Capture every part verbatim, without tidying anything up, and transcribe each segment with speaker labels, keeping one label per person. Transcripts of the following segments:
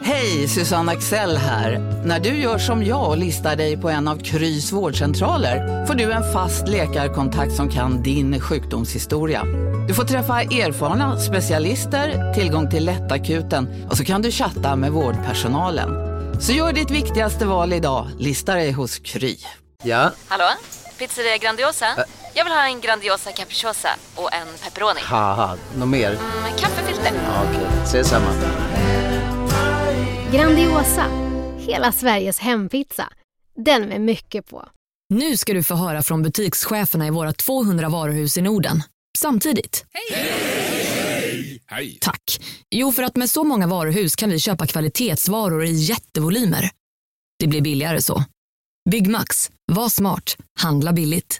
Speaker 1: Hej, Susanne Axel här. När du gör som jag och listar dig på en av Krys vårdcentraler får du en fast läkarkontakt som kan din sjukdomshistoria. Du får träffa erfarna specialister, tillgång till lättakuten och så kan du chatta med vårdpersonalen. Så gör ditt viktigaste val idag, lista dig hos Kry.
Speaker 2: Ja?
Speaker 3: Hallå? Pizzeria Grandiosa? Ä- Jag vill ha en Grandiosa capriciosa och en pepperoni.
Speaker 2: Haha, något mer?
Speaker 3: Mm, kaffefilter.
Speaker 2: Ja, okej, okay. Ses samma.
Speaker 4: Grandiosa, hela Sveriges hempizza. Den med mycket på.
Speaker 5: Nu ska du få höra från butikscheferna i våra tvåhundra varuhus i Norden. Samtidigt.
Speaker 6: Hej! Hej! Hej!
Speaker 5: Tack. Jo, för att med så många varuhus kan vi köpa kvalitetsvaror i jättevolymer. Det blir billigare så. Byggmax. Var smart. Handla billigt.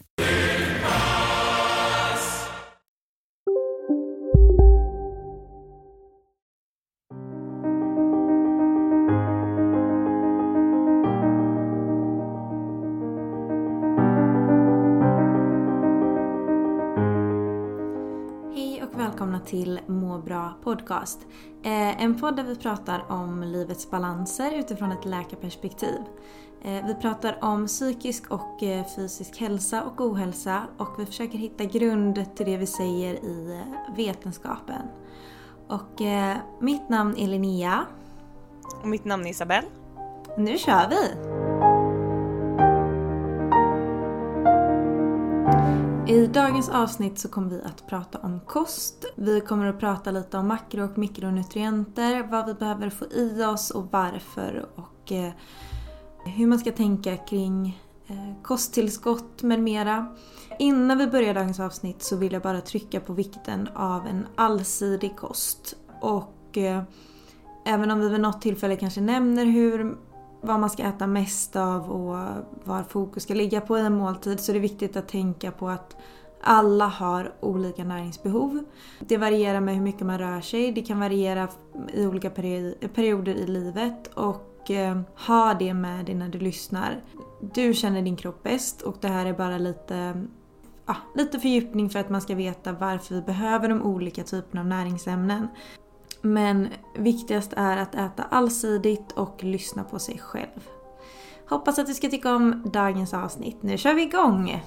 Speaker 7: Välkomna till Må bra podcast. Eh, en podd där vi pratar om livets balanser utifrån ett läkarperspektiv. Eh, vi pratar om psykisk och eh, fysisk hälsa och ohälsa och vi försöker hitta grund till det vi säger i eh, vetenskapen. Och eh, mitt namn är Linnea.
Speaker 8: Och mitt namn är Isabelle.
Speaker 7: Nu kör vi! I dagens avsnitt så kommer vi att prata om kost. Vi kommer att prata lite om makro- och mikronutrienter, vad vi behöver få i oss och varför och eh, hur man ska tänka kring eh, kosttillskott med mera. Innan vi börjar dagens avsnitt så vill jag bara trycka på vikten av en allsidig kost. Och eh, även om vi vid något tillfälle kanske nämner hur vad man ska äta mest av och var fokus ska ligga på i en måltid så är det viktigt att tänka på att alla har olika näringsbehov. Det varierar med hur mycket man rör sig. Det kan variera i olika perioder i livet och eh, ha det med dig när du lyssnar. Du känner din kropp bäst och det här är bara lite, ja, lite fördjupning för att man ska veta varför vi behöver de olika typerna av näringsämnen. Men viktigast är att äta allsidigt och lyssna på sig själv. Hoppas att du ska tycka om dagens avsnitt. Nu kör vi igång!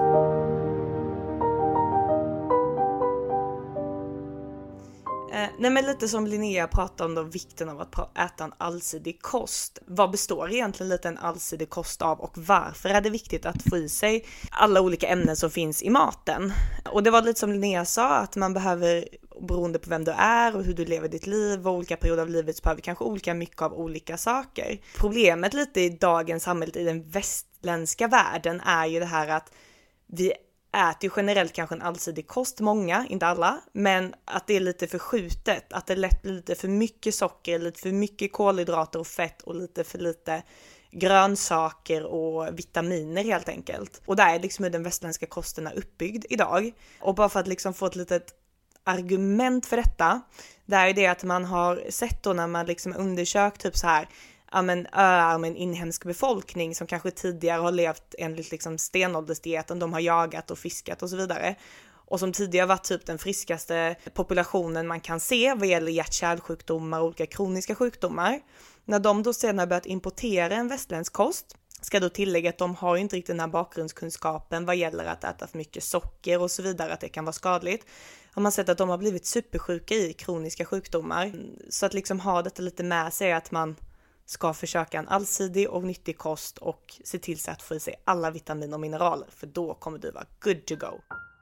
Speaker 8: Eh, nej men lite som Linnea pratade om då, vikten av att äta en allsidig kost. Vad består egentligen lite en allsidig kost av och varför är det viktigt att få i sig alla olika ämnen som finns i maten? Och det var lite som Linnea sa, att man behöver, beroende på vem du är och hur du lever ditt liv och olika perioder av livet så behöver vi kanske olika mycket av olika saker. Problemet lite i dagens samhälle, i den västländska världen, är ju det här att vi äter ju generellt kanske en allsidig kost, många, inte alla, men att det är lite för skjutet, att det lätt blir lite för mycket socker, lite för mycket kolhydrater och fett och lite för lite grönsaker och vitaminer helt enkelt. Och där är liksom hur den västländska kosten är uppbyggd idag. Och bara för att liksom få ett litet argument för detta, det är det att man har sett då när man liksom undersökt typ så här, ja men öar med en inhemsk befolkning som kanske tidigare har levt enligt liksom stenåldersdieten, de har jagat och fiskat och så vidare. Och som tidigare varit typ den friskaste populationen man kan se vad gäller hjärt-kärlsjukdomar och olika kroniska sjukdomar. När de då sedan har börjat importera en västländsk kost, ska då tillägga att de har inte riktigt den här bakgrundskunskapen vad gäller att äta för mycket socker och så vidare, att det kan vara skadligt. Har man sett att de har blivit supersjuka i kroniska sjukdomar. Så att liksom ha detta lite med sig att man ska försöka en allsidig och nyttig kost och se till så att få i sig alla vitaminer och mineraler, för då kommer du vara good to go.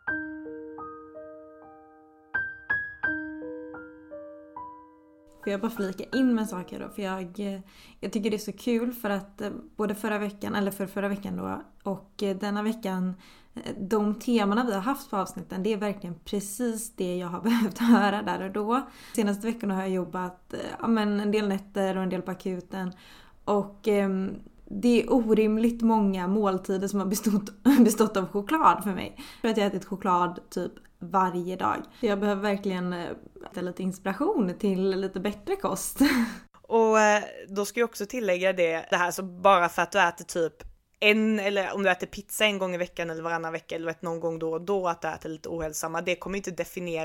Speaker 7: Får jag bara flika in med saker då? För jag, jag tycker det är så kul för att både förra veckan, eller för förra veckan då, och denna veckan, de temana vi har haft på avsnitten, det är verkligen precis det jag har behövt höra där och då. Senaste veckorna har jag jobbat ja, men en del nätter och en del på akuten. Och eh, det är orimligt många måltider som har bestått, bestått av choklad för mig. För att jag har ätit choklad typ varje dag. Jag behöver verkligen äta lite inspiration till lite bättre kost.
Speaker 8: Och eh, då ska jag också tillägga det, det här, så bara för att du äter typ en, eller om du äter pizza en gång i veckan eller varannan vecka eller vet, någon gång då och då att du äter lite ohälsamma, det kommer inte definiera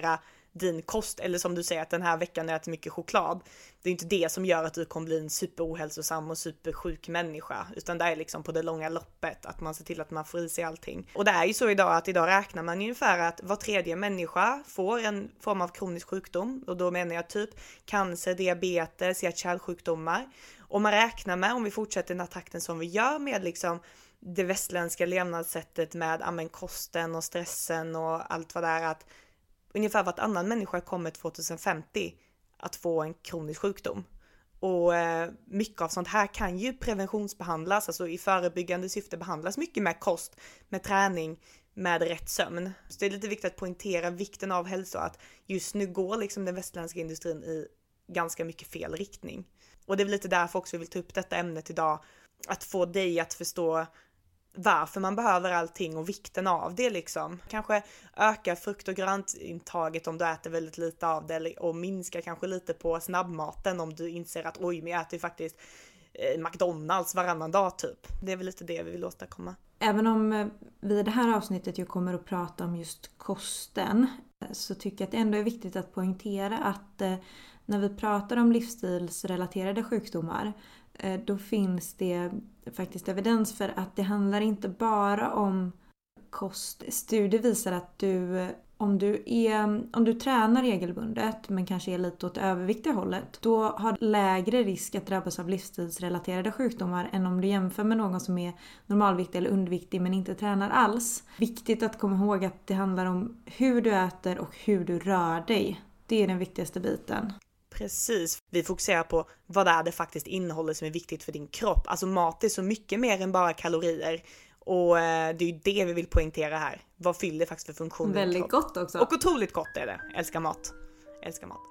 Speaker 8: din kost, eller som du säger att den här veckan är äter mycket choklad. Det är inte det som gör att du kommer bli en superohälsosam och supersjuk människa, utan det är liksom på det långa loppet att man ser till att man får i sig allting. Och det är ju så idag att idag räknar man ungefär att var tredje människa får en form av kronisk sjukdom, och då menar jag typ cancer, diabetes, hjärt-kärlsjukdomar. Och man räknar med, om vi fortsätter den här takten som vi gör med liksom det västländska levnadssättet med amen, kosten och stressen och allt vad det är, att ungefär varannan människa kommer tjugohundrafemtio att få en kronisk sjukdom. Och eh, mycket av sånt här kan ju preventionsbehandlas, alltså i förebyggande syfte behandlas mycket med kost, med träning, med rätt sömn. Så det är lite viktigt att poängtera vikten av hälsa, att just nu går liksom den västländska industrin i ganska mycket fel riktning. Och det är väl lite därför också vi vill ta upp detta ämnet idag, att få dig att förstå varför man behöver allting och vikten av det liksom. Kanske öka frukt- och gröntintaget om du äter väldigt lite av det, och minska kanske lite på snabbmaten om du inser att oj, men jag äter ju faktiskt eh, McDonalds varannan dag typ. Det är väl lite det vi vill åstadkomma.
Speaker 7: Även om vi i det här avsnittet ju kommer att prata om just kosten, så tycker jag att det ändå är viktigt att poängtera att eh, när vi pratar om livsstilsrelaterade sjukdomar, då finns det faktiskt evidens för att det handlar inte bara om kost. Studier visar att du, om du, är, om du tränar regelbundet men kanske är lite åt överviktiga hållet, då har du lägre risk att drabbas av livsstilsrelaterade sjukdomar än om du jämför med någon som är normalviktig eller underviktig men inte tränar alls. Viktigt att komma ihåg att det handlar om hur du äter och hur du rör dig. Det är den viktigaste biten.
Speaker 8: Precis, vi fokuserar på vad det är det faktiskt innehåller som är viktigt för din kropp. Alltså mat är så mycket mer än bara kalorier, och eh, det är ju det vi vill poängtera här. Vad fyller det faktiskt för funktion?
Speaker 7: Väldigt gott också.
Speaker 8: Och otroligt gott är det. Älskar mat. Älskar mat.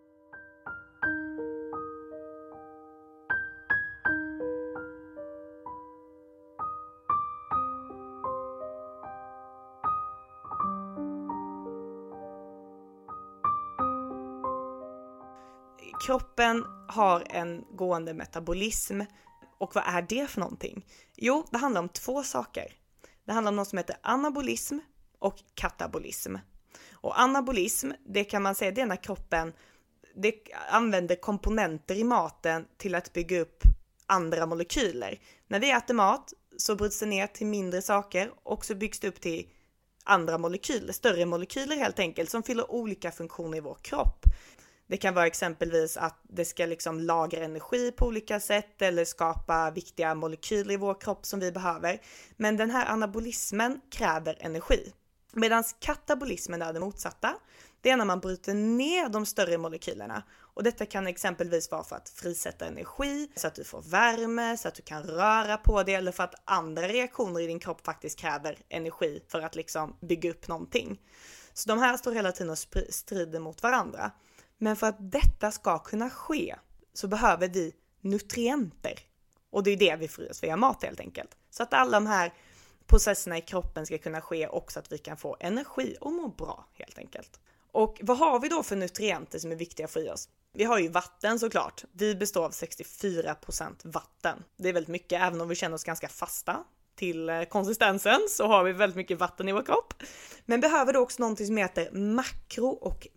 Speaker 8: Kroppen har en gående metabolism, och vad är det för någonting? Jo, det handlar om två saker. Det handlar om något som heter anabolism och katabolism. Och anabolism, det kan man säga, det är när kroppen det använder komponenter i maten till att bygga upp andra molekyler. När vi äter mat så bryts det ner till mindre saker och så byggs det upp till andra molekyler, större molekyler helt enkelt, som fyller olika funktioner i vår kropp. Det kan vara exempelvis att det ska liksom lagra energi på olika sätt eller skapa viktiga molekyler i vår kropp som vi behöver. Men den här anabolismen kräver energi. Medan katabolismen är det motsatta. Det är när man bryter ner de större molekylerna. Och detta kan exempelvis vara för att frisätta energi, så att du får värme, så att du kan röra på det, eller för att andra reaktioner i din kropp faktiskt kräver energi för att liksom bygga upp någonting. Så de här står hela tiden och strider mot varandra. Men för att detta ska kunna ske så behöver vi nutrienter. Och det är det vi får i oss via mat helt enkelt. Så att alla de här processerna i kroppen ska kunna ske också, att vi kan få energi och må bra helt enkelt. Och vad har vi då för nutrienter som är viktiga för oss? Vi har ju vatten såklart. Vi består av sextiofyra procent vatten. Det är väldigt mycket, även om vi känner oss ganska fasta till konsistensen så har vi väldigt mycket vatten i vår kropp. Men behöver då också någonting som heter makro- och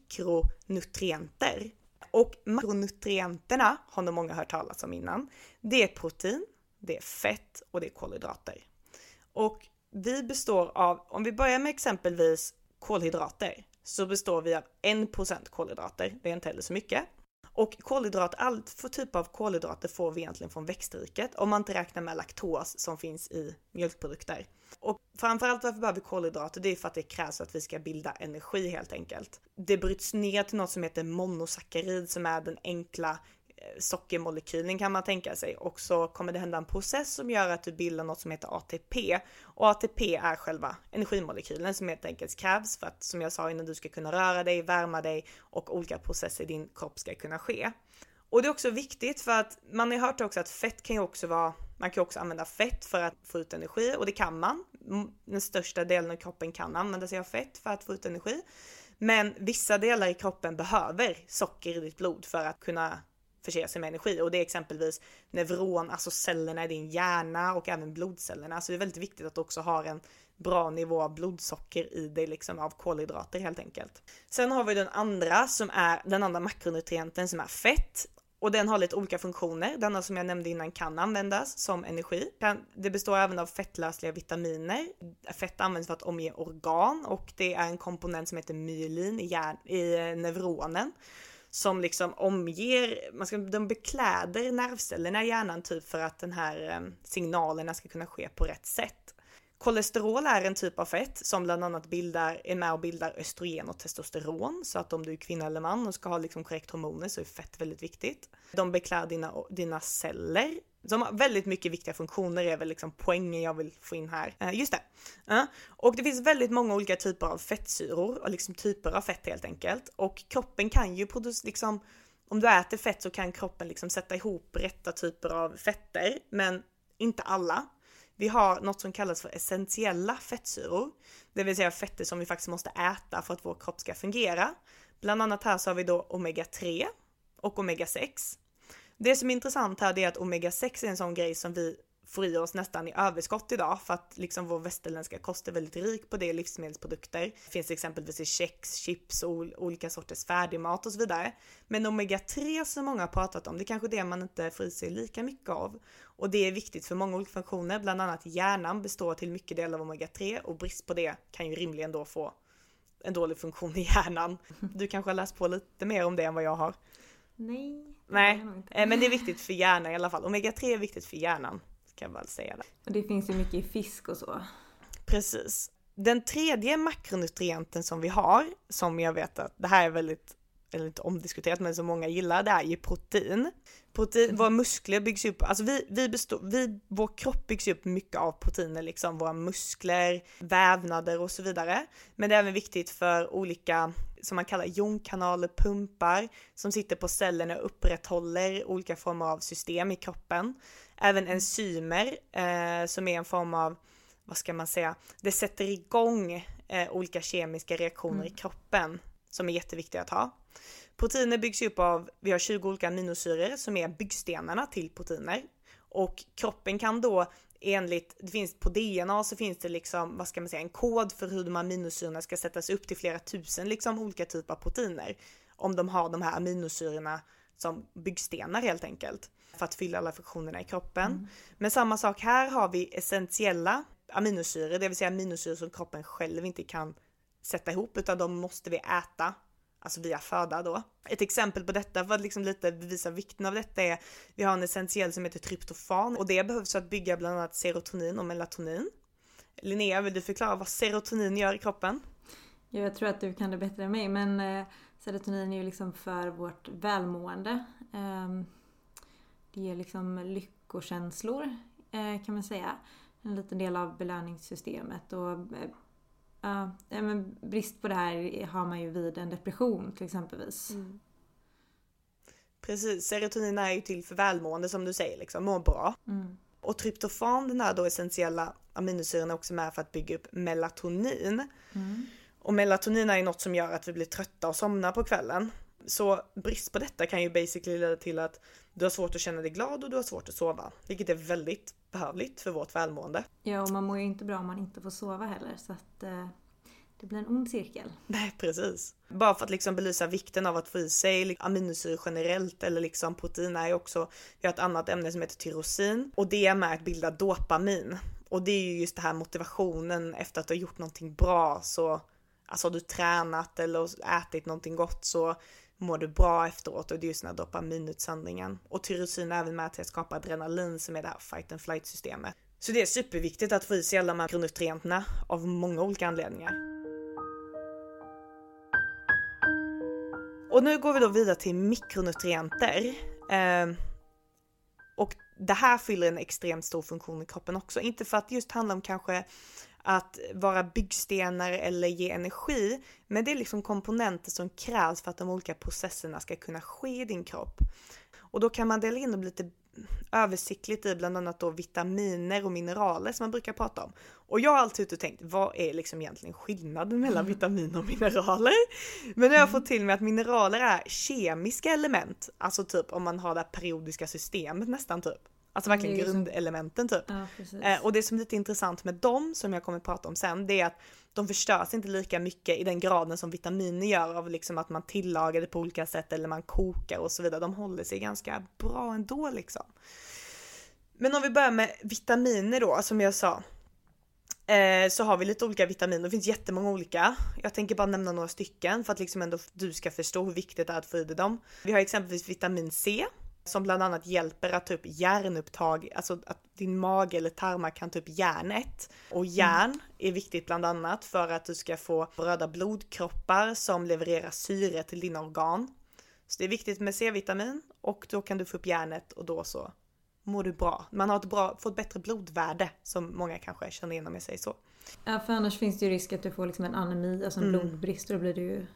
Speaker 8: mikronutrienter. Och makronutrienterna har nog många hört talas om innan. Det är protein, det är fett och det är kolhydrater. Och vi består av, om vi börjar med exempelvis kolhydrater, så består vi av en procent kolhydrater. Det är inte heller så mycket. Och kolhydrat, allt för typ av kolhydrater får vi egentligen från växtriket, om man inte räknar med laktos som finns i mjölkprodukter. Och framförallt varför behöver vi kolhydrater, det är för att det krävs att vi ska bilda energi helt enkelt. Det bryts ner till något som heter monosackarid, som är den enkla sockermolekylen kan man tänka sig. Och så kommer det hända en process som gör att du bildar något som heter A T P. Och A T P är själva energimolekylen som helt enkelt krävs för att, som jag sa innan, du ska kunna röra dig, värma dig och olika processer i din kropp ska kunna ske. Och det är också viktigt för att man har hört också att fett kan ju också vara, man kan också använda fett för att få ut energi, och det kan man. Den största delen av kroppen kan använda sig av fett för att få ut energi. Men vissa delar i kroppen behöver socker i ditt blod för att kunna förser sig med energi. Och det är exempelvis neuron, alltså cellerna i din hjärna och även blodcellerna. Så det är väldigt viktigt att du också har en bra nivå av blodsocker i dig, liksom av kolhydrater helt enkelt. Sen har vi den andra som är den andra makronutrienten som är fett. Och den har lite olika funktioner. Denna som jag nämnde innan kan användas som energi. Det består även av fettlösliga vitaminer. Fett används för att omge organ och det är en komponent som heter myelin i, hjärn- i neuronen. Som liksom omger, man ska, de bekläder nervcellerna i hjärnan typ för att den här eh, signalerna ska kunna ske på rätt sätt. Kolesterol är en typ av fett som bland annat bildar, är med och bildar östrogen och testosteron. Så att om du är kvinna eller man och ska ha liksom korrekt hormoner så är fett väldigt viktigt. De beklär dina, dina celler. De har väldigt mycket viktiga funktioner, är väl liksom poängen jag vill få in här. Uh, just det. Uh. Och det finns väldigt många olika typer av fettsyror, och liksom typer av fett helt enkelt. Och kroppen kan ju producera, liksom, om du äter fett så kan kroppen liksom sätta ihop rätta typer av fetter, men inte alla. Vi har något som kallas för essentiella fettsyror, det vill säga fetter som vi faktiskt måste äta för att vår kropp ska fungera. Bland annat här så har vi då omega tre och omega sex. Det som är intressant här är att omega sex är en sån grej som vi får i oss nästan i överskott idag, för att liksom vår västerländska kost är väldigt rik på det, livsmedelsprodukter. Det finns exempelvis i kex, chips och olika sorters färdigmat och så vidare. Men omega tre som många har pratat om, det är kanske det man inte får i sig lika mycket av. Och det är viktigt för många olika funktioner, bland annat hjärnan består till mycket del av omega tre och brist på det kan ju rimligen då få en dålig funktion i hjärnan. Du kanske har läst på lite mer om det än vad jag har.
Speaker 7: Nej.
Speaker 8: Nej, men det är viktigt för hjärnan i alla fall. omega tre är viktigt för hjärnan, kan jag väl säga det.
Speaker 7: Och det finns ju mycket i fisk och så.
Speaker 8: Precis. Den tredje makronutrienten som vi har, som jag vet att det här är väldigt, eller inte omdiskuterat, men som många gillar, det är ju protein. Protein, mm. Våra muskler byggs upp, alltså vi, vi består, vi, vår kropp byggs upp mycket av proteiner, liksom våra muskler, vävnader och så vidare. Men det är även viktigt för olika, som man kallar jonkanaler, pumpar, som sitter på cellerna och upprätthåller olika former av system i kroppen. Även enzymer eh, som är en form av, vad ska man säga, det sätter igång eh, olika kemiska reaktioner mm. i kroppen som är jätteviktiga att ha. Proteiner byggs upp av, vi har tjugo olika aminosyror som är byggstenarna till proteiner. Och kroppen kan då enligt, det finns på D N A så finns det liksom, vad ska man säga, en kod för hur de aminosyrorna ska sättas upp till flera tusen liksom olika typer av proteiner. Om de har de här aminosyrorna som byggstenar helt enkelt. För att fylla alla funktionerna i kroppen. Mm. Men samma sak här har vi essentiella aminosyror, det vill säga aminosyror som kroppen själv inte kan sätta ihop, utan de måste vi äta, alltså via föda då. Ett exempel på detta, för att liksom lite bevisa vikten av detta, är vi har en essentiell som heter tryptofan och det behövs för att bygga bland annat serotonin och melatonin. Linnea, vill du förklara vad serotonin gör i kroppen?
Speaker 7: Ja, jag tror att du kan det bättre än mig, men eh, serotonin är ju liksom för vårt välmående. Eh, det ger liksom lyckokänslor eh, kan man säga. En liten del av belöningssystemet och eh, ja, men brist på det här har man ju vid en depression till exempelvis. Mm.
Speaker 8: Precis, serotonin är ju till för välmående som du säger, liksom, må bra. Mm. Och tryptofan, den här då essentiella aminosyran, är också med för att bygga upp melatonin. Mm. Och melatonin är ju något som gör att vi blir trötta och somnar på kvällen. Så brist på detta kan ju basically leda till att du har svårt att känna dig glad och du har svårt att sova. Vilket är väldigt behövligt för vårt välmående.
Speaker 7: Ja, och man mår ju inte bra om man inte får sova heller. Så att eh, det blir en ond cirkel.
Speaker 8: Nej, precis. Bara för att liksom belysa vikten av att få i sig aminosyror generellt eller liksom protein är ju också, vi har ett annat ämne som heter tyrosin. Och det är med att bilda dopamin. Och det är ju just det här motivationen efter att du har gjort någonting bra. Så alltså har du tränat eller ätit någonting gott så mår du bra efteråt, och det är just den här dopaminutsöndringen. Och tyrosin är även med till att skapa adrenalin som är det här fight and flight systemet. Så det är superviktigt att få i sig alla de här makronutrienterna av många olika anledningar. Och nu går vi då vidare till mikronutrienter. Eh, och det här fyller en extremt stor funktion i kroppen också. Inte för att just handla om kanske att vara byggstenar eller ge energi, men det är liksom komponenter som krävs för att de olika processerna ska kunna ske i din kropp. Och då kan man dela in dem lite översiktligt i bland annat då vitaminer och mineraler som man brukar prata om. Och jag har alltid tänkt, vad är liksom egentligen skillnaden mellan vitaminer och mineraler? Men nu har jag fått till mig att mineraler är kemiska element. Alltså typ om man har det periodiska systemet nästan typ. Alltså verkligen grundelementen typ.
Speaker 7: Ja,
Speaker 8: eh, och det som är lite intressant med dem, som jag kommer att prata om sen, det är att de förstörs inte lika mycket i den graden som vitaminer gör, av liksom att man tillagar det på olika sätt eller man kokar och så vidare. De håller sig ganska bra ändå liksom. Men om vi börjar med vitaminer då, som jag sa. Eh, så har vi lite olika vitaminer. Det finns jättemånga olika. Jag tänker bara nämna några stycken för att liksom ändå du ska förstå hur viktigt det är att få i dig dem. Vi har exempelvis vitamin C, som bland annat hjälper att ta upp järnupptag, alltså att din mage eller tarmar kan ta upp järnet. Och järn mm. är viktigt bland annat för att du ska få röda blodkroppar som levererar syre till dina organ. Så det är viktigt med C-vitamin, och då kan du få upp järnet och då så mår du bra. Man har ett bra, får ett bättre blodvärde, som många kanske känner igen om jag säger så.
Speaker 7: Ja, för annars finns det ju risk att du får liksom en anemi, alltså en mm. blodbrist, och då blir du ju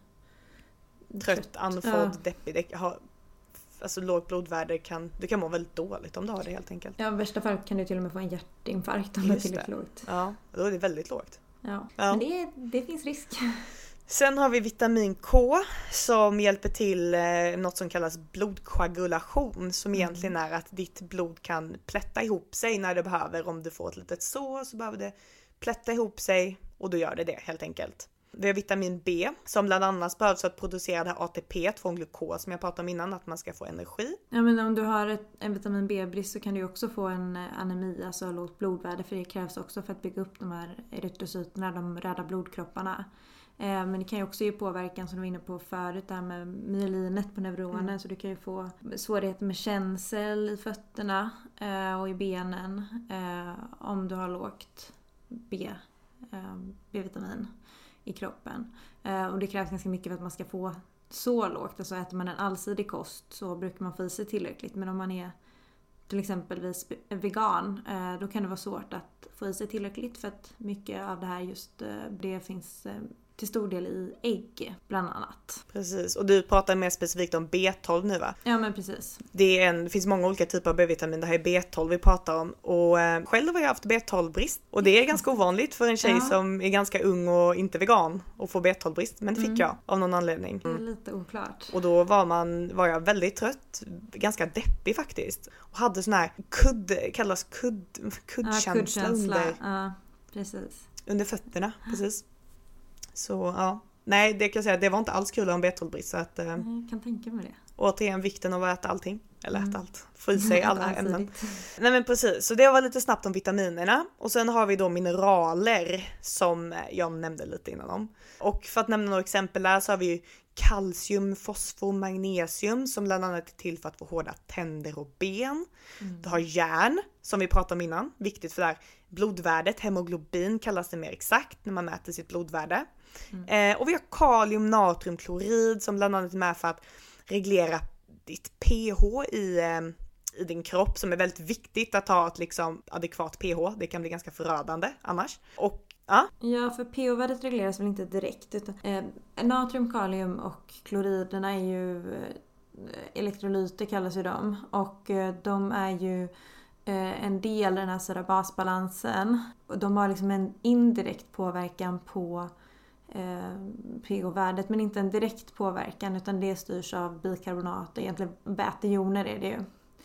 Speaker 8: trött, andfådd, ja. deppig. Det har, alltså lågt blodvärde kan, du kan må väldigt dåligt om du har det helt enkelt.
Speaker 7: Ja, i värsta fall kan du till och med få en hjärtinfarkt om det är tillräckligt lågt.
Speaker 8: Ja, då är det väldigt lågt.
Speaker 7: Ja,
Speaker 8: ja.
Speaker 7: Men det, det finns risk.
Speaker 8: Sen har vi vitamin K som hjälper till eh, något som kallas blodkoagulation, som mm. egentligen är att ditt blod kan plätta ihop sig när det behöver. Om du får ett litet sår så behöver det plätta ihop sig, och då gör det det helt enkelt. Vi har vitamin B som bland annat behövs för att producera det här A T P från glukos som jag pratade om innan, att man ska få energi.
Speaker 7: Ja, men om du har ett, en vitamin B-brist så kan du också få en anemi, alltså lågt blodvärde, för det krävs också för att bygga upp de här erytrocyterna, de röda blodkropparna. Men det kan ju också ge påverkan, som du var inne på förut, där med myelinet på neuroner. Mm. Så du kan ju få svårigheter med känsel i fötterna och i benen om du har lågt B, B-vitamin i kroppen. Och det krävs ganska mycket för att man ska få så lågt. Alltså äter man en allsidig kost så brukar man få i sig tillräckligt. Men om man är till exempel vegan, då kan det vara svårt att få i sig tillräckligt, för att mycket av det här just det finns till stor del i ägg bland annat.
Speaker 8: Precis, och du pratar mer specifikt om B tolv nu va?
Speaker 7: Ja, men precis.
Speaker 8: Det, är en, det finns många olika typer av B-vitamin, det här är B tolv vi pratar om. Och eh, själv har jag haft B tolv-brist, och det är ganska ovanligt för en tjej ja. som är ganska ung och inte vegan och få B tolv-brist, men det fick mm. jag av någon anledning.
Speaker 7: Det är lite oklart.
Speaker 8: Och då var, man, var jag väldigt trött, ganska deppig faktiskt, och hade sån här kudd, kallas kudd, kuddkänsla, ja, kuddkänsla. Under,
Speaker 7: ja, precis.
Speaker 8: under fötterna, precis. Så ja, nej det kan jag säga, det var inte alls kul att ha en B tolv-brist, så att, eh,
Speaker 7: jag kan tänka mig det.
Speaker 8: Återigen vikten av att äta allting, eller
Speaker 7: mm.
Speaker 8: äta allt, få i sig alla ämnen. Nej men precis, så det var lite snabbt om vitaminerna. Och sen har vi då mineraler som jag nämnde lite innan om. Och för att nämna några exempel där så har vi ju kalcium, fosfor, magnesium som bland annat är till för att få hårda tänder och ben. Mm. Du har järn som vi pratade om innan, viktigt för det här blodvärdet, hemoglobin kallas det mer exakt när man mäter sitt blodvärde. Mm. Eh, och vi har kalium, natrium, klorid som bland annat är med för att reglera ditt pH i, eh, i din kropp, som är väldigt viktigt att ha ett liksom adekvat pH. Det kan bli ganska förödande annars. Och ja,
Speaker 7: ja för pH-värdet regleras väl inte direkt. Utan, eh, natrium, kalium och kloriderna är ju eh, elektrolyter kallas ju de. Och eh, de är ju eh, en del i den här sådär basbalansen. Och de har liksom en indirekt påverkan på pH-värdet, men inte en direkt påverkan, utan det styrs av bikarbonat, egentligen vätejoner är det ju.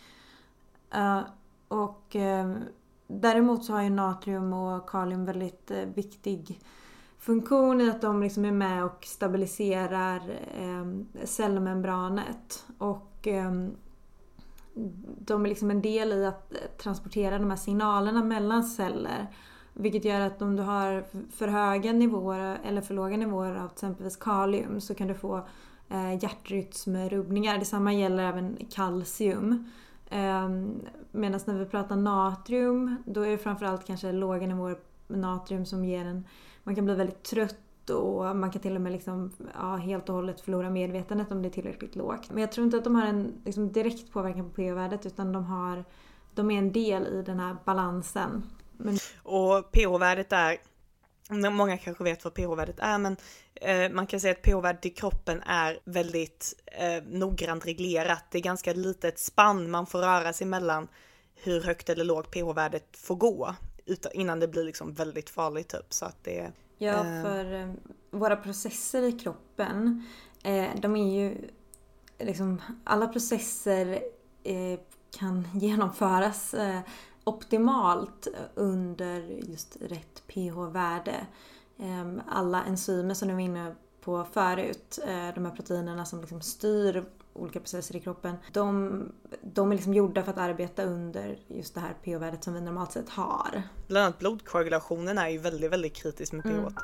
Speaker 7: Uh, och uh, däremot så har ju natrium och kalium väldigt uh, viktig funktion i att de liksom är med och stabiliserar um, cellmembranet, och um, de är liksom en del i att transportera de här signalerna mellan celler. Vilket gör att om du har för höga nivåer eller för låga nivåer av exempelvis kalium så kan du få eh, hjärtrytmrubbningar. Detsamma gäller även kalcium. Eh, Medan när vi pratar natrium, då är det framförallt kanske låga nivåer natrium som ger en... Man kan bli väldigt trött och man kan till och med liksom, ja, helt och hållet förlora medvetandet om det är tillräckligt lågt. Men jag tror inte att de har en liksom, direkt påverkan på pH-värdet, utan de, har, de är en del i den här balansen. Men...
Speaker 8: Och pH-värdet är, många kanske vet vad pH-värdet är, men eh, man kan säga att pH-värdet i kroppen är väldigt eh, noggrant reglerat. Det är ganska litet spann man får röra sig mellan hur högt eller lågt pH-värdet får gå innan det blir liksom väldigt farligt typ. Så att det,
Speaker 7: ja,
Speaker 8: eh...
Speaker 7: för eh, våra processer i kroppen, eh, de är ju liksom, alla processer eh, kan genomföras eh, optimalt under just rätt pH-värde. Eh, alla enzymer som du var inne på förut, eh, de här proteinerna som liksom styr olika processer i kroppen, de, de är liksom gjorda för att arbeta under just det här pH-värdet som vi normalt sett har.
Speaker 8: Bland annat blodkoagulationen är ju väldigt, väldigt kritisk med pH. Mm.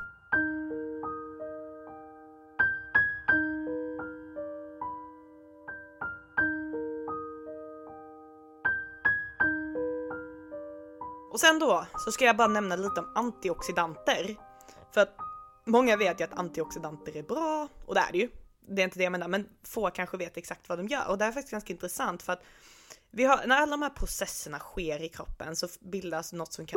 Speaker 8: Och sen då så ska jag bara nämna lite om antioxidanter. För att många vet ju att antioxidanter är bra, och det är det ju. Det är inte det jag menar, men få kanske vet exakt vad de gör. Och det är faktiskt ganska intressant för att vi har, när alla de här processerna sker i kroppen så bildas något som kan...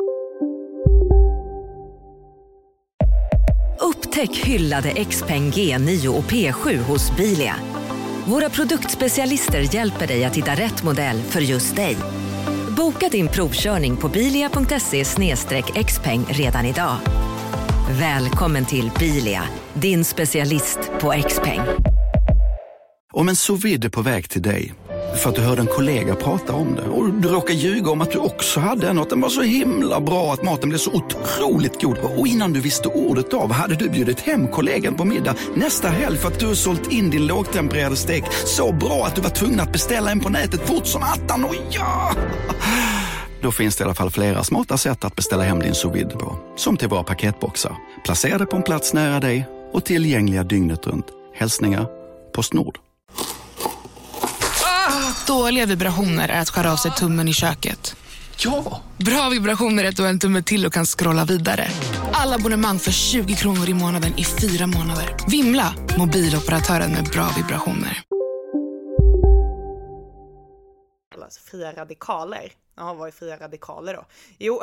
Speaker 9: Upptäck hyllade Xpeng G nio och P sju hos Bilia. Våra produktspecialister hjälper dig att hitta rätt modell för just dig. Boka din provkörning på bilia punkt se slash xpeng redan idag. Välkommen till Bilia, din specialist på Xpeng.
Speaker 10: Om en sous vide är på väg till dig för att du hörde en kollega prata om det och du råkar ljuga om att du också hade en och att den var så himla bra att maten blev så otroligt god, och innan du visste ordet av hade du bjudit hem kollegan på middag nästa helg för att du har sålt in din lågtempererade stek så bra att du var tvungen att beställa en på nätet fort som attan. Och ja! Då finns det i alla fall flera smarta sätt att beställa hem din sous vide på. Som till våra paketboxar, placerade på en plats nära dig och tillgängliga dygnet runt. Hälsningar Postnord.
Speaker 11: Dåliga vibrationer är att skära av sig tummen i köket.
Speaker 10: Ja!
Speaker 11: Bra vibrationer är att du har en tumme till och kan scrolla vidare. Alla abonnemang för tjugo kronor i månaden i fyra månader. Vimla, mobiloperatören med bra vibrationer.
Speaker 8: Alltså fria radikaler. Ja, vad är fria radikaler då? Jo,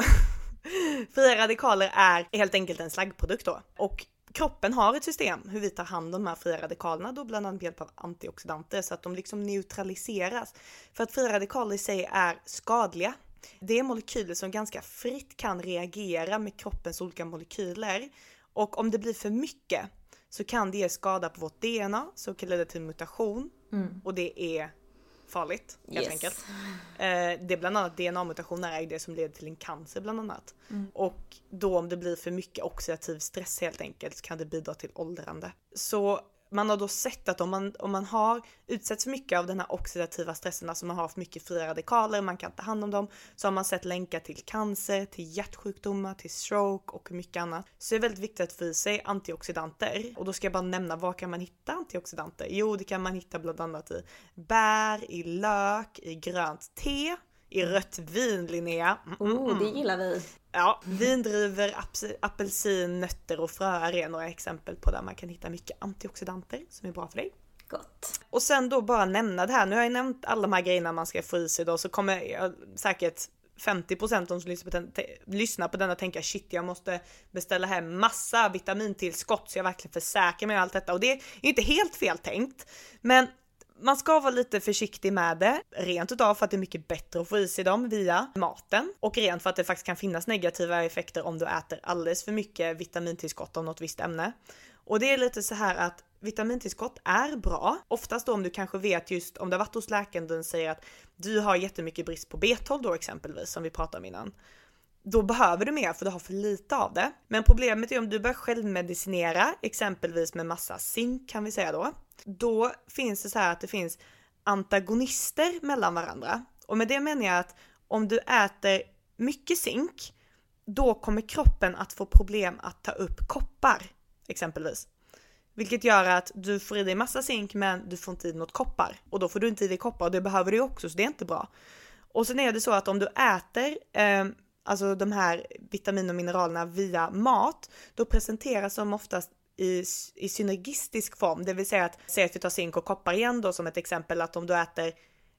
Speaker 8: fria radikaler är helt enkelt en slaggprodukt då. Och kroppen har ett system hur vi tar hand om de här fria radikalerna, då bland annat med hjälp av antioxidanter, så att de liksom neutraliseras. För att fria radikaler i sig är skadliga. Det är molekyler som ganska fritt kan reagera med kroppens olika molekyler. Och om det blir för mycket så kan det ge skada på vårt D N A, så kan det leda till mutation. Mm. Och det är farligt, helt yes. enkelt. Eh, det är bland annat D N A-mutationer är det som leder till en cancer bland annat. Mm. Och då om det blir för mycket oxidativ stress helt enkelt kan det bidra till åldrande. Så man har då sett att om man, om man har utsätts för mycket av den här oxidativa stressen, alltså man har för mycket fria radikaler, man kan ta hand om dem, så har man sett länkar till cancer, till hjärtsjukdomar, till stroke och mycket annat. Så det är väldigt viktigt att få i sig antioxidanter. Och då ska jag bara nämna, var kan man hitta antioxidanter? Jo, det kan man hitta bland annat i bär, i lök, i grönt te, i rött vin, Linnea. Mm, mm,
Speaker 7: oh, det gillar vi.
Speaker 8: Ja, vindruvor, apelsin, nötter och fröer är några exempel på där man kan hitta mycket antioxidanter som är bra för dig.
Speaker 7: Gott.
Speaker 8: Och sen då bara nämna det här. Nu har jag nämnt alla de här grejerna man ska få i sig då, så kommer jag säkert femtio procent av de som lyssnar på den och tänka shit, jag måste beställa hem massa vitamintillskott så jag verkligen försäkrar mig och allt detta. Och det är inte helt fel tänkt, men man ska vara lite försiktig med det, rent utav för att det är mycket bättre att få i sig dem via maten, och rent för att det faktiskt kan finnas negativa effekter om du äter alldeles för mycket vitamintillskott av något visst ämne. Och det är lite så här att vitamintillskott är bra, oftast då om du kanske vet just om du har varit hos läkaren och den säger att du har jättemycket brist på B tolv då exempelvis, som vi pratade om innan. Då behöver du mer för du har för lite av det. Men problemet är om du börjar självmedicinera, exempelvis med massa zink kan vi säga då. Då finns det så här att det finns antagonister mellan varandra. Och med det menar jag att om du äter mycket zink, då kommer kroppen att få problem att ta upp koppar, exempelvis. Vilket gör att du får i dig massa zink men du får inte i något koppar. Och då får du inte i dig koppar, och det behöver du också, så det är inte bra. Och sen är det så att om du äter eh, alltså de här vitamin- och mineralerna via mat, då presenteras de oftast i, i synergistisk form. Det vill säga att, säg att vi tar zink och koppar igen då som ett exempel, att om du äter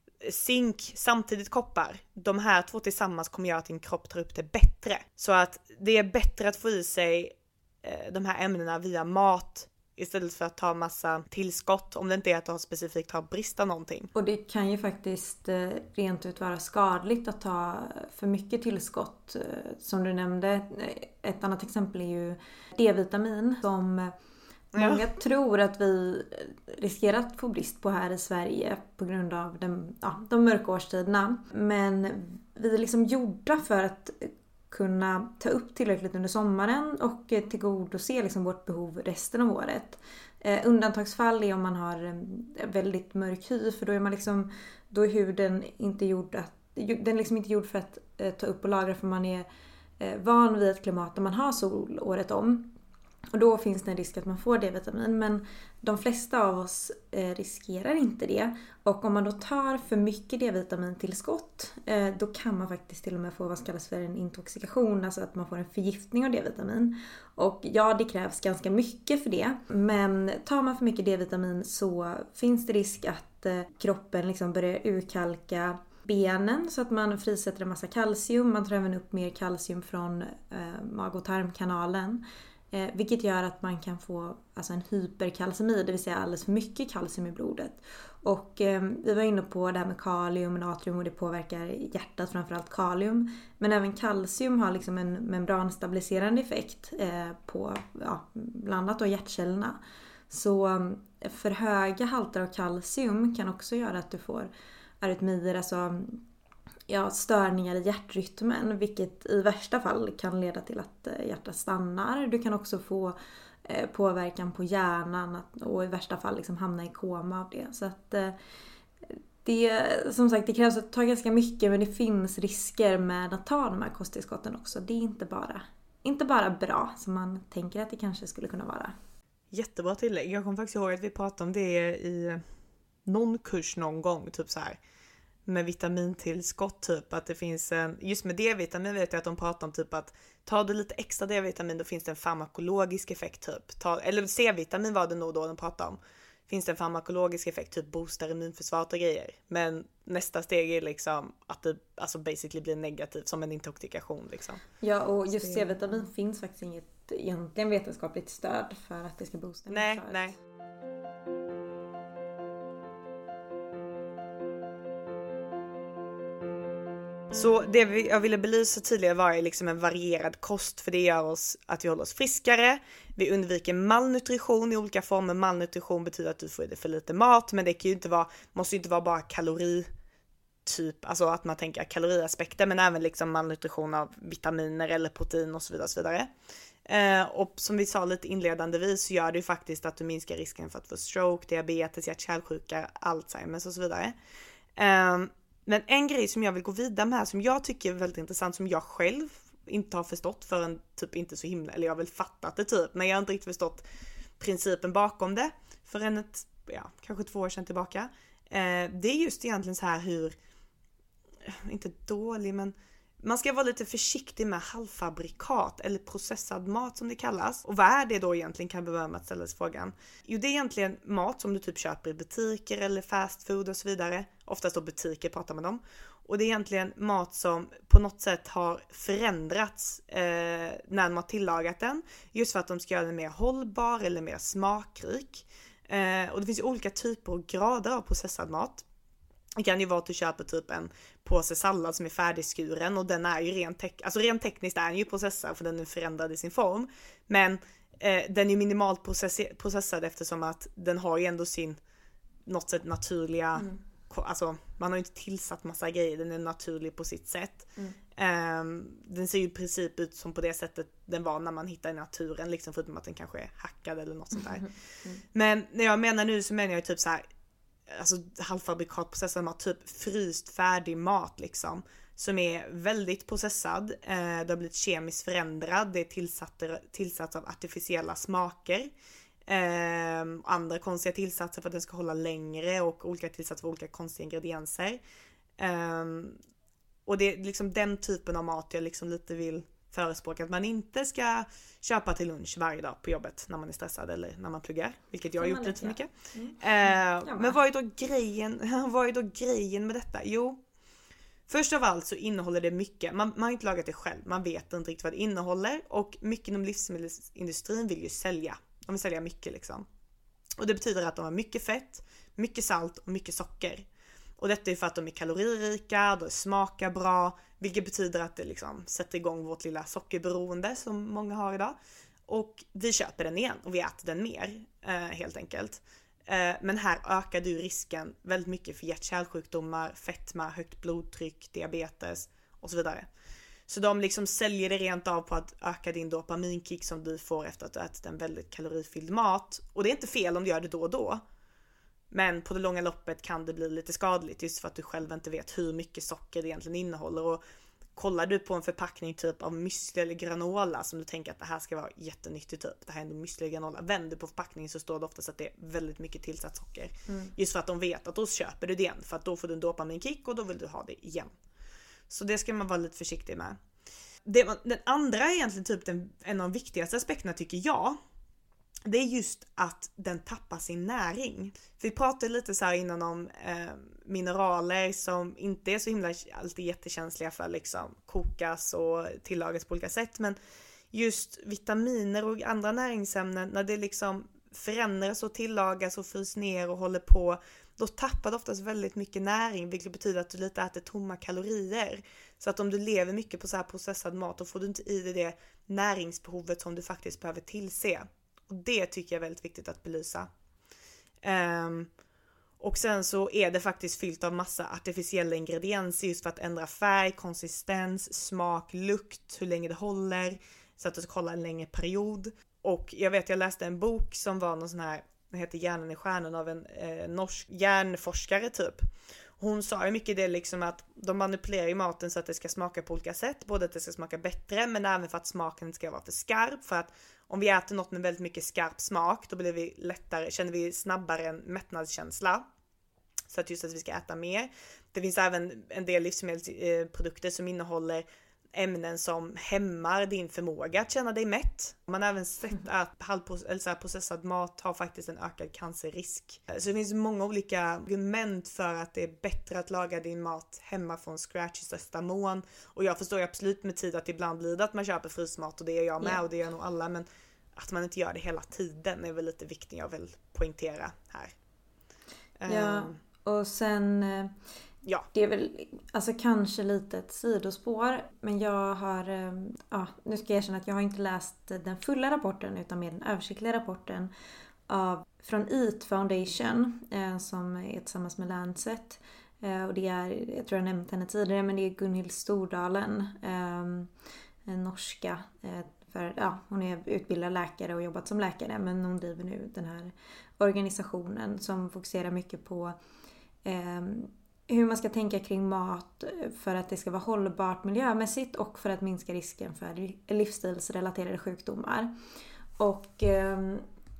Speaker 8: zink samtidigt koppar, de här två tillsammans kommer göra att din kropp tar upp det bättre. Så att det är bättre att få i sig eh, de här ämnena via mat istället för att ta massa tillskott, om det inte är att du har specifikt har brist av någonting.
Speaker 7: Och det kan ju faktiskt eh, rent ut vara skadligt att ta för mycket tillskott. Eh, som du nämnde, ett annat exempel är ju D-vitamin som eh, många ja. tror att vi riskerar att få brist på här i Sverige på grund av de, ja, de mörka årstiderna. Men vi är liksom gjorda för att kunna ta upp tillräckligt under sommaren och tillgodose liksom vårt behov resten av året. Eh, undantagsfall är om man har en väldigt mörk hy, för då är man liksom, då är huden inte gjord att, den är liksom inte gjord för att eh, ta upp och lagra, för man är eh, van vid ett klimat där man har sol året om. Och då finns det en risk att man får D-vitamin, men de flesta av oss eh, riskerar inte det. Och om man då tar för mycket D-vitamintillskott, eh, då kan man faktiskt till och med få vad som kallas för en intoxikation, alltså att man får en förgiftning av D-vitamin. Och ja, det krävs ganska mycket för det, men tar man för mycket D-vitamin så finns det risk att eh, kroppen liksom börjar urkalka benen så att man frisätter en massa kalcium. Man tar även upp mer kalcium från eh, mag- och tarmkanalen. Eh, vilket gör att man kan få alltså en hyperkalcemi, det vill säga alldeles för mycket kalcium i blodet. Och eh, vi var inne på det här med kalium och natrium, och det påverkar hjärtat, framförallt kalium. Men även kalcium har liksom en membranstabiliserande effekt eh, på ja, bland annat då hjärtcellerna. Så eh, för höga halter av kalcium kan också göra att du får arytmier, alltså ja, störningar i hjärtrytmen, vilket i värsta fall kan leda till att hjärtat stannar. Du kan också få eh, påverkan på hjärnan och i värsta fall liksom hamna i koma av det. Så att eh, det, som sagt, det krävs att ta ganska mycket, men det finns risker med att ta de här kosttillskotten också. Det är inte bara, inte bara bra som man tänker att det kanske skulle kunna vara.
Speaker 8: Jättebra tillägg. Jag kommer faktiskt ihåg att vi pratade om det i någon kurs någon gång, typ så här. Med vitamintillskott, typ att det finns en, just med D-vitamin vet jag att de pratar om typ att tar du lite extra D-vitamin då finns det en farmakologisk effekt typ. Ta, eller C-vitamin var det nog då de pratade om. Finns det en farmakologisk effekt, typ boostar immunförsvaret och grejer. Men nästa steg är liksom att det alltså basically blir negativt som en intoxikation liksom.
Speaker 7: Ja, och just C-vitamin finns faktiskt inget egentligen vetenskapligt stöd för att det ska boosta immunförsvaret.
Speaker 8: Nej, nej. Så det vi, jag ville belysa tidigare var liksom en varierad kost, för det gör oss att vi håller oss friskare. Vi undviker malnutrition i olika former. Malnutrition betyder att du får i dig för lite mat, men det kan ju inte vara, måste ju inte vara bara kalori typ, alltså att man tänker kaloriaspekter, men även liksom malnutrition av vitaminer eller protein och så vidare och så vidare. Eh, och som vi sa lite inledandevis så gör det ju faktiskt att du minskar risken för att få stroke, diabetes, hjärt-kärlsjuka, Alzheimers och så vidare. Eh, Men en grej som jag vill gå vidare med här, som jag tycker är väldigt intressant, som jag själv inte har förstått förrän typ inte så himla, eller jag har väl fattat det typ, men jag har inte riktigt förstått principen bakom det förrän ett, ja, kanske två år sedan tillbaka. Eh, det är just egentligen så här hur, inte dålig, men man ska vara lite försiktig med halvfabrikat eller processad mat som det kallas. Och vad är det då egentligen, kan vi börja med att ställa sig frågan. Jo, det är egentligen mat som du typ köper i butiker eller fast food och så vidare. Oftast då butiker pratar man om. Och det är egentligen mat som på något sätt har förändrats eh, när man har tillagat den. Just för att de ska göra den mer hållbar eller mer smakrik. Eh, och det finns ju olika typer och grader av processad mat. Det kan ju vara att du köper typ en påse sallad som är färdigskuren, och den är ju rent, te- alltså rent tekniskt är den ju processad för den är förändrad i sin form. Men eh, den är ju minimalt process- processad eftersom att den har ju ändå sin något sätt naturliga, mm. alltså man har ju inte tillsatt massa grejer, den är naturlig på sitt sätt. Mm. Um, den ser ju i princip ut som på det sättet den var när man hittar i naturen, liksom, förutom att den kanske är hackad eller något sånt där. Mm. Mm. Men när jag menar nu så menar jag typ så här, alltså halvfabrikatprocessad mat, typ fryst färdig mat liksom, som är väldigt processad. Eh, det har blivit kemiskt förändrad, det är tillsatt, tillsatt av artificiella smaker, eh, andra konstiga tillsatser för att den ska hålla längre, och olika tillsatser för olika konstiga ingredienser. Eh, och det är liksom den typen av mat jag liksom lite vill förespråka, att man inte ska köpa till lunch varje dag på jobbet när man är stressad eller när man pluggar, vilket jag har gjort lite för mycket. Mm. Eh, men vad är då grejen, vad är då grejen med detta? Jo, först av allt så innehåller det mycket, man, man har inte lagat det själv, man vet inte riktigt vad det innehåller, och mycket inom livsmedelsindustrin vill ju sälja. De vill sälja mycket liksom. Och det betyder att de har mycket fett, mycket salt och mycket socker. Och detta är för att de är kaloririka, de smakar bra, vilket betyder att det liksom sätter igång vårt lilla sockerberoende som många har idag. Och vi köper den igen och vi äter den mer, eh, helt enkelt. Eh, men här ökar du risken väldigt mycket för hjärt-kärlsjukdomar, fetma, högt blodtryck, diabetes och så vidare. Så de liksom säljer det rent av på att öka din dopaminkick som du får efter att du ätit en väldigt kalorifylld mat. Och det är inte fel om du gör det då och då. Men på det långa loppet kan det bli lite skadligt just för att du själv inte vet hur mycket socker det egentligen innehåller. Och kollar du på en förpackning typ av müsli eller granola som du tänker att det här ska vara jättenyttigt typ. Det här är ändå müsli eller granola. Vänder på förpackningen så står det oftast att det är väldigt mycket tillsatt socker. Mm. Just för att de vet att då köper du det igen. För att då får du en dopaminkick och då vill du ha det igen. Så det ska man vara lite försiktig med. Det, den andra är egentligen typ den, en av de viktigaste aspekterna tycker jag. Det är just att den tappar sin näring. Vi pratade lite så här innan om eh, mineraler som inte är så himla alltid jättekänsliga för liksom kokas och tillagas på olika sätt. Men just vitaminer och andra näringsämnen när det liksom förändras och tillagas och frys ner och håller på, då tappar det oftast väldigt mycket näring, vilket betyder att du lite äter tomma kalorier. Så att om du lever mycket på så här processad mat, då får du inte i dig det näringsbehovet som du faktiskt behöver tillse. Och det tycker jag är väldigt viktigt att belysa. Um, och sen så är det faktiskt fyllt av massa artificiella ingredienser just för att ändra färg, konsistens, smak, lukt, hur länge det håller, så att du ska hålla en längre period. Och jag vet, jag läste en bok som var någon sån här, den heter Hjärnan i stjärnan, av en eh, norsk hjärnforskare typ. Hon sa ju mycket det liksom att de manipulerar i maten så att det ska smaka på olika sätt. Både att det ska smaka bättre, men även för att smaken inte ska vara för skarp. För att om vi äter något med väldigt mycket skarp smak, då blir vi lättare, känner vi snabbare en mättnadskänsla. Så att just att vi ska äta mer. Det finns även en del livsmedelsprodukter som innehåller ämnen som hämmar din förmåga att känna dig mätt. Man har även sett att halvprocessad mat har faktiskt en ökad cancerrisk. Så det finns många olika argument för att det är bättre att laga din mat hemma från scratch i största mån. Och jag förstår absolut med tid att ibland blir det att man köper frysmat, och det gör jag med, och det gör nog alla. Men att man inte gör det hela tiden är väl lite viktigt, jag vill poängtera här.
Speaker 7: Ja, och sen... Ja. Det är väl alltså kanske lite ett sidospår, men jag har, ja, nu ska jag erkänna att jag har inte läst den fulla rapporten utan mer den översiktliga rapporten av, från Eat Foundation eh, som är tillsammans med Lancet. Eh, och det är, jag tror jag nämnt henne tidigare, men det är Gunhild Stordalen, eh, en norska, eh, för, ja, hon är utbildad läkare och jobbat som läkare, men hon driver nu den här organisationen som fokuserar mycket på eh, hur man ska tänka kring mat för att det ska vara hållbart miljömässigt och för att minska risken för livsstilsrelaterade sjukdomar. Och eh,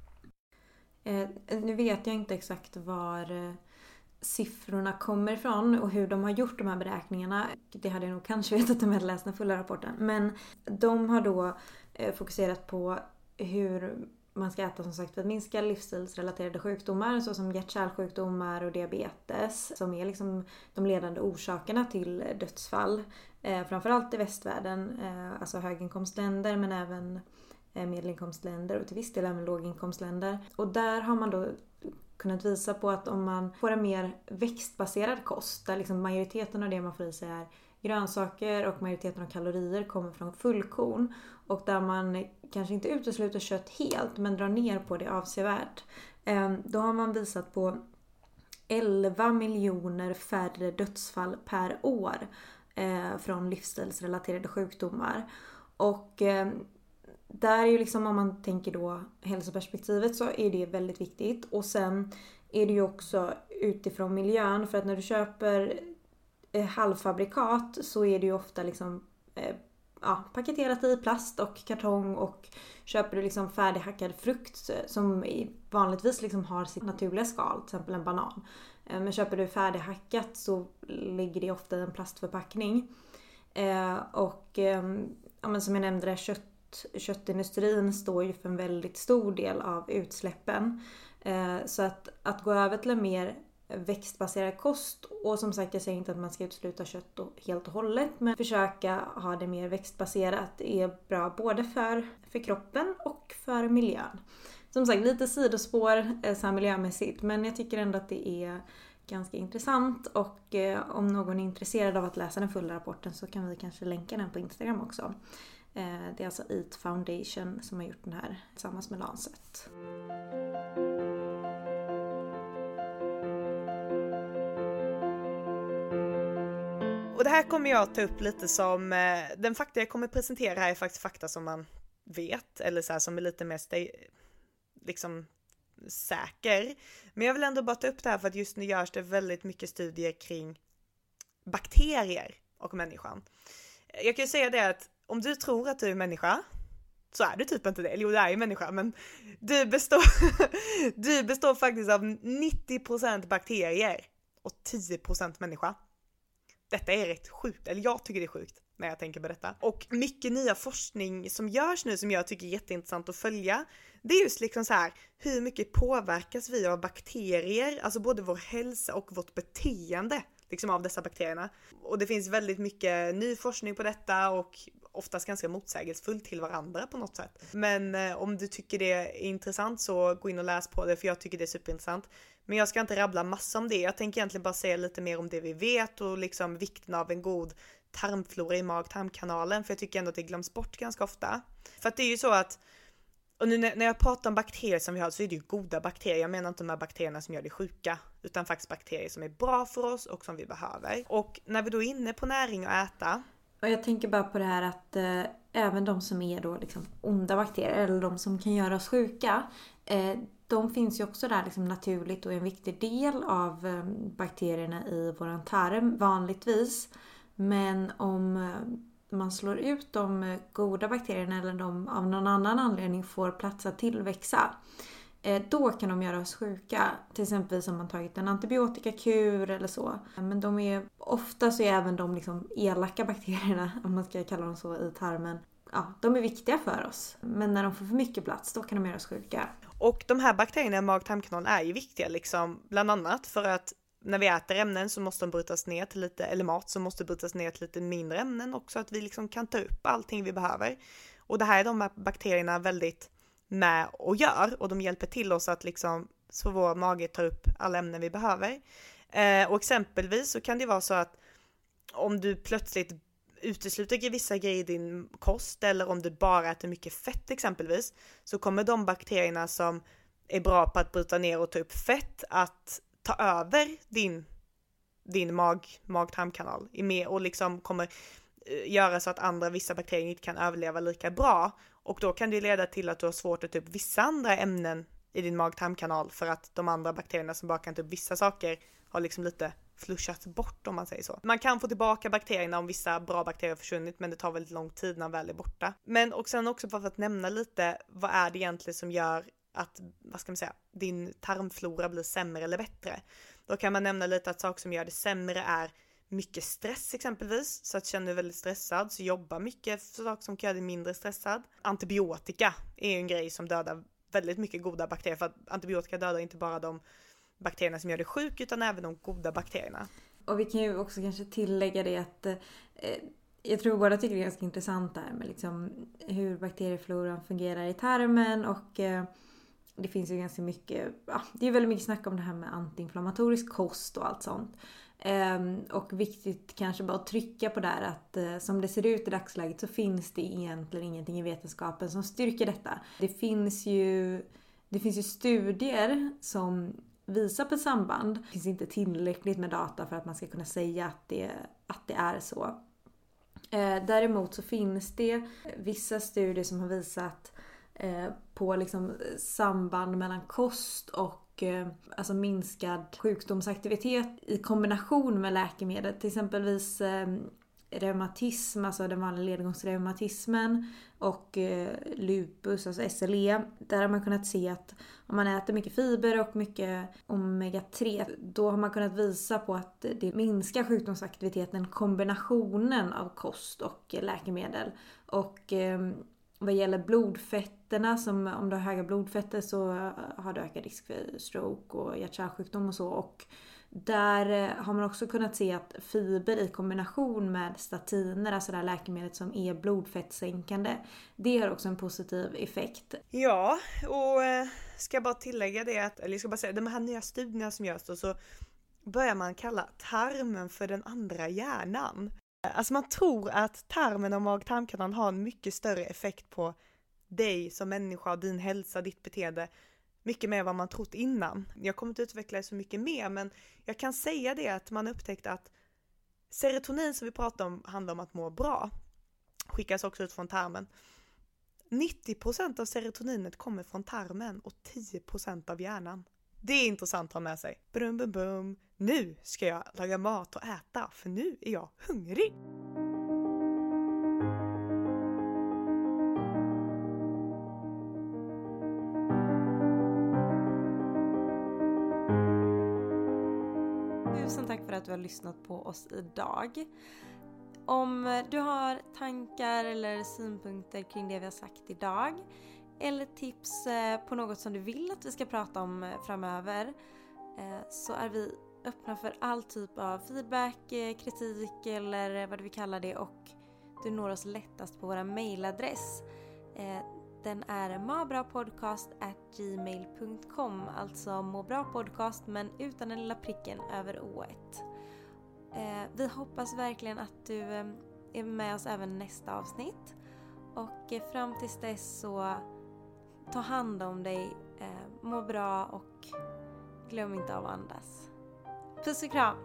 Speaker 7: nu vet jag inte exakt var siffrorna kommer ifrån och hur de har gjort de här beräkningarna. Det hade jag nog kanske vetat om jag hade läst den fulla rapporten. Men de har då eh, fokuserat på hur man ska äta som sagt för att minska livsstilsrelaterade sjukdomar såsom hjärt-kärlsjukdomar och diabetes som är liksom de ledande orsakerna till dödsfall. Eh, framförallt i västvärlden, eh, alltså höginkomstländer men även eh, medelinkomstländer och till viss del även låginkomstländer. Och där har man då kunnat visa på att om man får en mer växtbaserad kost där liksom majoriteten av det man får i sig är grönsaker och majoriteten av kalorier kommer från fullkorn och där man kanske inte utesluter kött helt men drar ner på det avsevärt. Då har man visat på elva miljoner färre dödsfall per år från livsstilsrelaterade sjukdomar. Och där är ju liksom, om man tänker då hälsoperspektivet, så är det väldigt viktigt. Och sen är det ju också utifrån miljön, för att när du köper halvfabrikat så är det ju ofta liksom eh, ja, paketerat i plast och kartong, och köper du liksom färdighackad frukt som vanligtvis liksom har sitt naturliga skal, till exempel en banan. Eh, men köper du färdighackat så ligger det ofta i en plastförpackning. Eh, och eh, ja, men som jag nämnde, det, kött, köttindustrin står ju för en väldigt stor del av utsläppen. Eh, så att, att gå över till en mer växtbaserad kost, och som sagt jag säger inte att man ska utesluta kött helt och hållet, men försöka ha det mer växtbaserat är bra både för, för kroppen och för miljön. som sagt lite sidospår eh, så här miljömässigt, men jag tycker ändå att det är ganska intressant, och eh, om någon är intresserad av att läsa den fulla rapporten så kan vi kanske länka den på Instagram också. Eh, det är alltså Eat Foundation som har gjort den här tillsammans med Lancet.
Speaker 8: Och det här kommer jag ta upp lite som, eh, den fakta jag kommer presentera här är faktiskt fakta som man vet, eller så här, som är lite mer st- liksom säker. Men jag vill ändå bara ta upp det här för att just nu görs det väldigt mycket studier kring bakterier och människan. Jag kan ju säga det att om du tror att du är människa, så är du typ inte det. Eller jo, du är ju människa, men du består, du består faktiskt av nittio procent bakterier och tio procent människa. Detta är rätt sjukt, eller jag tycker det är sjukt när jag tänker på detta. Och mycket nya forskning som görs nu som jag tycker är jätteintressant att följa, det är just liksom så här, hur mycket påverkas vi av bakterier, alltså både vår hälsa och vårt beteende liksom av dessa bakterierna. Och det finns väldigt mycket ny forskning på detta och oftast ganska motsägelsefullt till varandra på något sätt. Men eh, om du tycker det är intressant så gå in och läs på det, för jag tycker det är superintressant. Men jag ska inte rabbla massa om det. Jag tänker egentligen bara säga lite mer om det vi vet och liksom vikten av en god tarmflora i mag-tarmkanalen, för jag tycker ändå att det glöms bort ganska ofta. För att det är ju så att, och nu när jag pratar om bakterier som vi har, så är det ju goda bakterier. Jag menar inte de här bakterierna som gör det sjuka, utan faktiskt bakterier som är bra för oss och som vi behöver. Och när vi då är inne på näring och äta.
Speaker 7: Och jag tänker bara på det här att eh, även de som är då liksom onda bakterier, eller de som kan göra oss sjuka, eh, de finns ju också där liksom naturligt och är en viktig del av eh, bakterierna i våran tarm vanligtvis. Men om eh, man slår ut de goda bakterierna, eller de av någon annan anledning får plats att tillväxa, eh, då kan de göra oss sjuka. Till exempel som man tagit en antibiotikakur eller så. Men de är ofta så är även de liksom elaka bakterierna, om man ska kalla dem så, i tarmen, ja, de är viktiga för oss. Men när de får för mycket plats, då kan de göra oss sjuka.
Speaker 8: Och de här bakterierna i mag-tarmkanalen är ju viktiga liksom, bland annat för att när vi äter ämnen så måste de brytas ner till lite, eller mat så måste brytas ner till lite mindre ämnen också, att vi liksom kan ta upp allting vi behöver. Och det här är de här bakterierna väldigt med och gör, och de hjälper till oss att liksom, så vår mage tar upp alla ämnen vi behöver. Eh, och exempelvis så kan det vara så att om du plötsligt utesluter vissa grejer i din kost, eller om du bara äter mycket fett exempelvis, så kommer de bakterierna som är bra på att bryta ner och ta upp fett att ta över din, din mag, mag-tarmkanal och liksom kommer göra så att andra, vissa bakterier inte kan överleva lika bra, och då kan det leda till att du har svårt att ta upp vissa andra ämnen i din mag-tarmkanal, för att de andra bakterierna som bara kan ta upp vissa saker har liksom lite flushats bort, om man säger så. Man kan få tillbaka bakterierna om vissa bra bakterier har försvunnit, men det tar väldigt lång tid när de väl är borta. Men och sen också för att nämna lite, vad är det egentligen som gör att, vad ska man säga, din tarmflora blir sämre eller bättre? Då kan man nämna lite att saker som gör det sämre är mycket stress exempelvis, så att känner du väldigt stressad så jobba mycket för saker som kan göra dig mindre stressad. Antibiotika är ju en grej som dödar väldigt mycket goda bakterier, för att antibiotika dödar inte bara de bakterierna som gör dig sjuk, utan även de goda bakterierna.
Speaker 7: Och vi kan ju också kanske tillägga det att eh, jag tror båda tycker det är ganska intressant där med liksom hur bakteriefloran fungerar i tarmen, och eh, det finns ju ganska mycket, ja, det är väldigt mycket snack om det här med antiinflammatorisk kost och allt sånt. Um, och viktigt kanske bara att trycka på där att uh, som det ser ut i dagsläget så finns det egentligen ingenting i vetenskapen som styrker detta. Det finns ju, det finns ju studier som visar på samband. Det finns inte tillräckligt med data för att man ska kunna säga att det, att det är så. Uh, däremot så finns det vissa studier som har visat uh, på liksom samband mellan kost och alltså minskad sjukdomsaktivitet i kombination med läkemedel. Till exempelvis eh, reumatism, alltså den vanliga ledgångsreumatismen, och eh, lupus, alltså S L E. Där har man kunnat se att om man äter mycket fiber och mycket omega tre, då har man kunnat visa på att det minskar sjukdomsaktiviteten, kombinationen av kost och läkemedel. Och eh, vad gäller blodfetterna, som om du har höga blodfetter så har du ökad risk för stroke och hjärt-kärlsjukdom och så. Och Där har man också kunnat se att fiber i kombination med statiner, alltså det här läkemedlet som är blodfettsänkande, det har också en positiv effekt.
Speaker 8: Ja, och eh, ska jag bara tillägga det att, eller jag ska bara säga, de här nya studierna som görs då, så börjar man kalla tarmen för den andra hjärnan. Alltså man tror att tarmen och mag-tarmkanalen har en mycket större effekt på dig som människa, din hälsa, ditt beteende. Mycket mer än vad man trott innan. Jag kommer inte utveckla det så mycket mer, men jag kan säga det att man upptäckte att serotonin som vi pratar om handlar om att må bra. Skickas också ut från tarmen. nittio procent av serotoninet kommer från tarmen och tio procent av hjärnan. Det är intressant att ha med sig. Brum, bum, bum. Nu ska jag laga mat och äta, för nu är jag hungrig.
Speaker 7: Tusen tack för att du har lyssnat på oss idag. Om du har tankar eller synpunkter kring det vi har sagt idag, eller tips på något som du vill att vi ska prata om framöver, så är vi öppna för all typ av feedback, kritik eller vad du vill kalla det, och du når oss lättast på vår mailadress. Den är mabrapodcast at gmail punkt com, alltså måbrapodcast men utan den lilla pricken över å-et. Vi hoppas verkligen att du är med oss även nästa avsnitt, och fram tills dess så ta hand om dig, må bra och glöm inte av att andas. Puss och kram!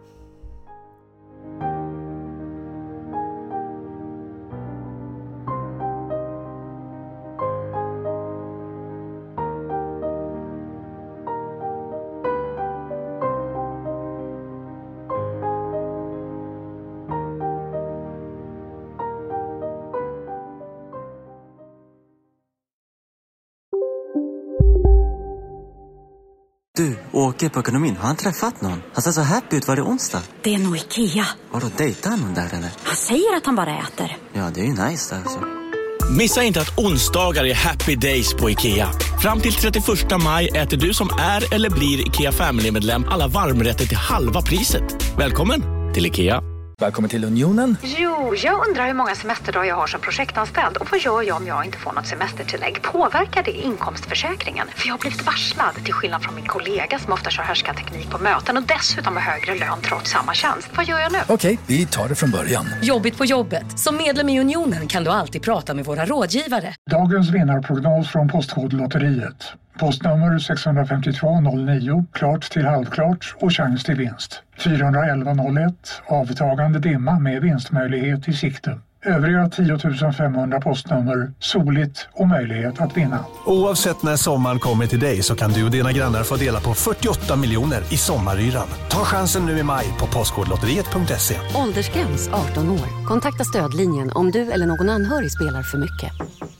Speaker 12: Du, Åke på ekonomin, har han träffat någon? Han ser så happy ut, var det onsdag?
Speaker 13: Det är nog Ikea.
Speaker 12: Har du dejtat någon där eller?
Speaker 13: Han säger att han bara äter.
Speaker 12: Ja, det är ju nice där alltså.
Speaker 14: Missa inte att onsdagar är happy days på Ikea. Fram till trettioförsta maj äter du som är eller blir Ikea Family-medlem alla varmrätter till halva priset. Välkommen till Ikea.
Speaker 15: Välkommen till Unionen.
Speaker 16: Jo, jag undrar hur många semesterdagar jag har som projektanställd. Och vad gör jag om jag inte får något semestertillägg? Påverkar det inkomstförsäkringen? För jag har blivit varslad, till skillnad från min kollega som ofta kör härskarteknik på möten och dessutom har högre lön trots samma tjänst. Vad gör jag nu?
Speaker 15: Okej, vi tar det från början.
Speaker 17: Jobbigt på jobbet. Som medlem i Unionen kan du alltid prata med våra rådgivare.
Speaker 18: Dagens vinnarprognos från Postkodlotteriet. Postnummer sex fem två noll nio, klart till halvklart och chans till vinst. fyra ett ett noll ett, avtagande dimma med vinstmöjlighet i sikte. Övriga tio tusen femhundra postnummer, soligt och möjlighet att vinna.
Speaker 19: Oavsett när sommaren kommer till dig så kan du och dina grannar få dela på fyrtioåtta miljoner i sommaryran. Ta chansen nu i maj på postkodlotteriet punkt se.
Speaker 20: Åldersgräns arton år. Kontakta stödlinjen om du eller någon anhörig spelar för mycket.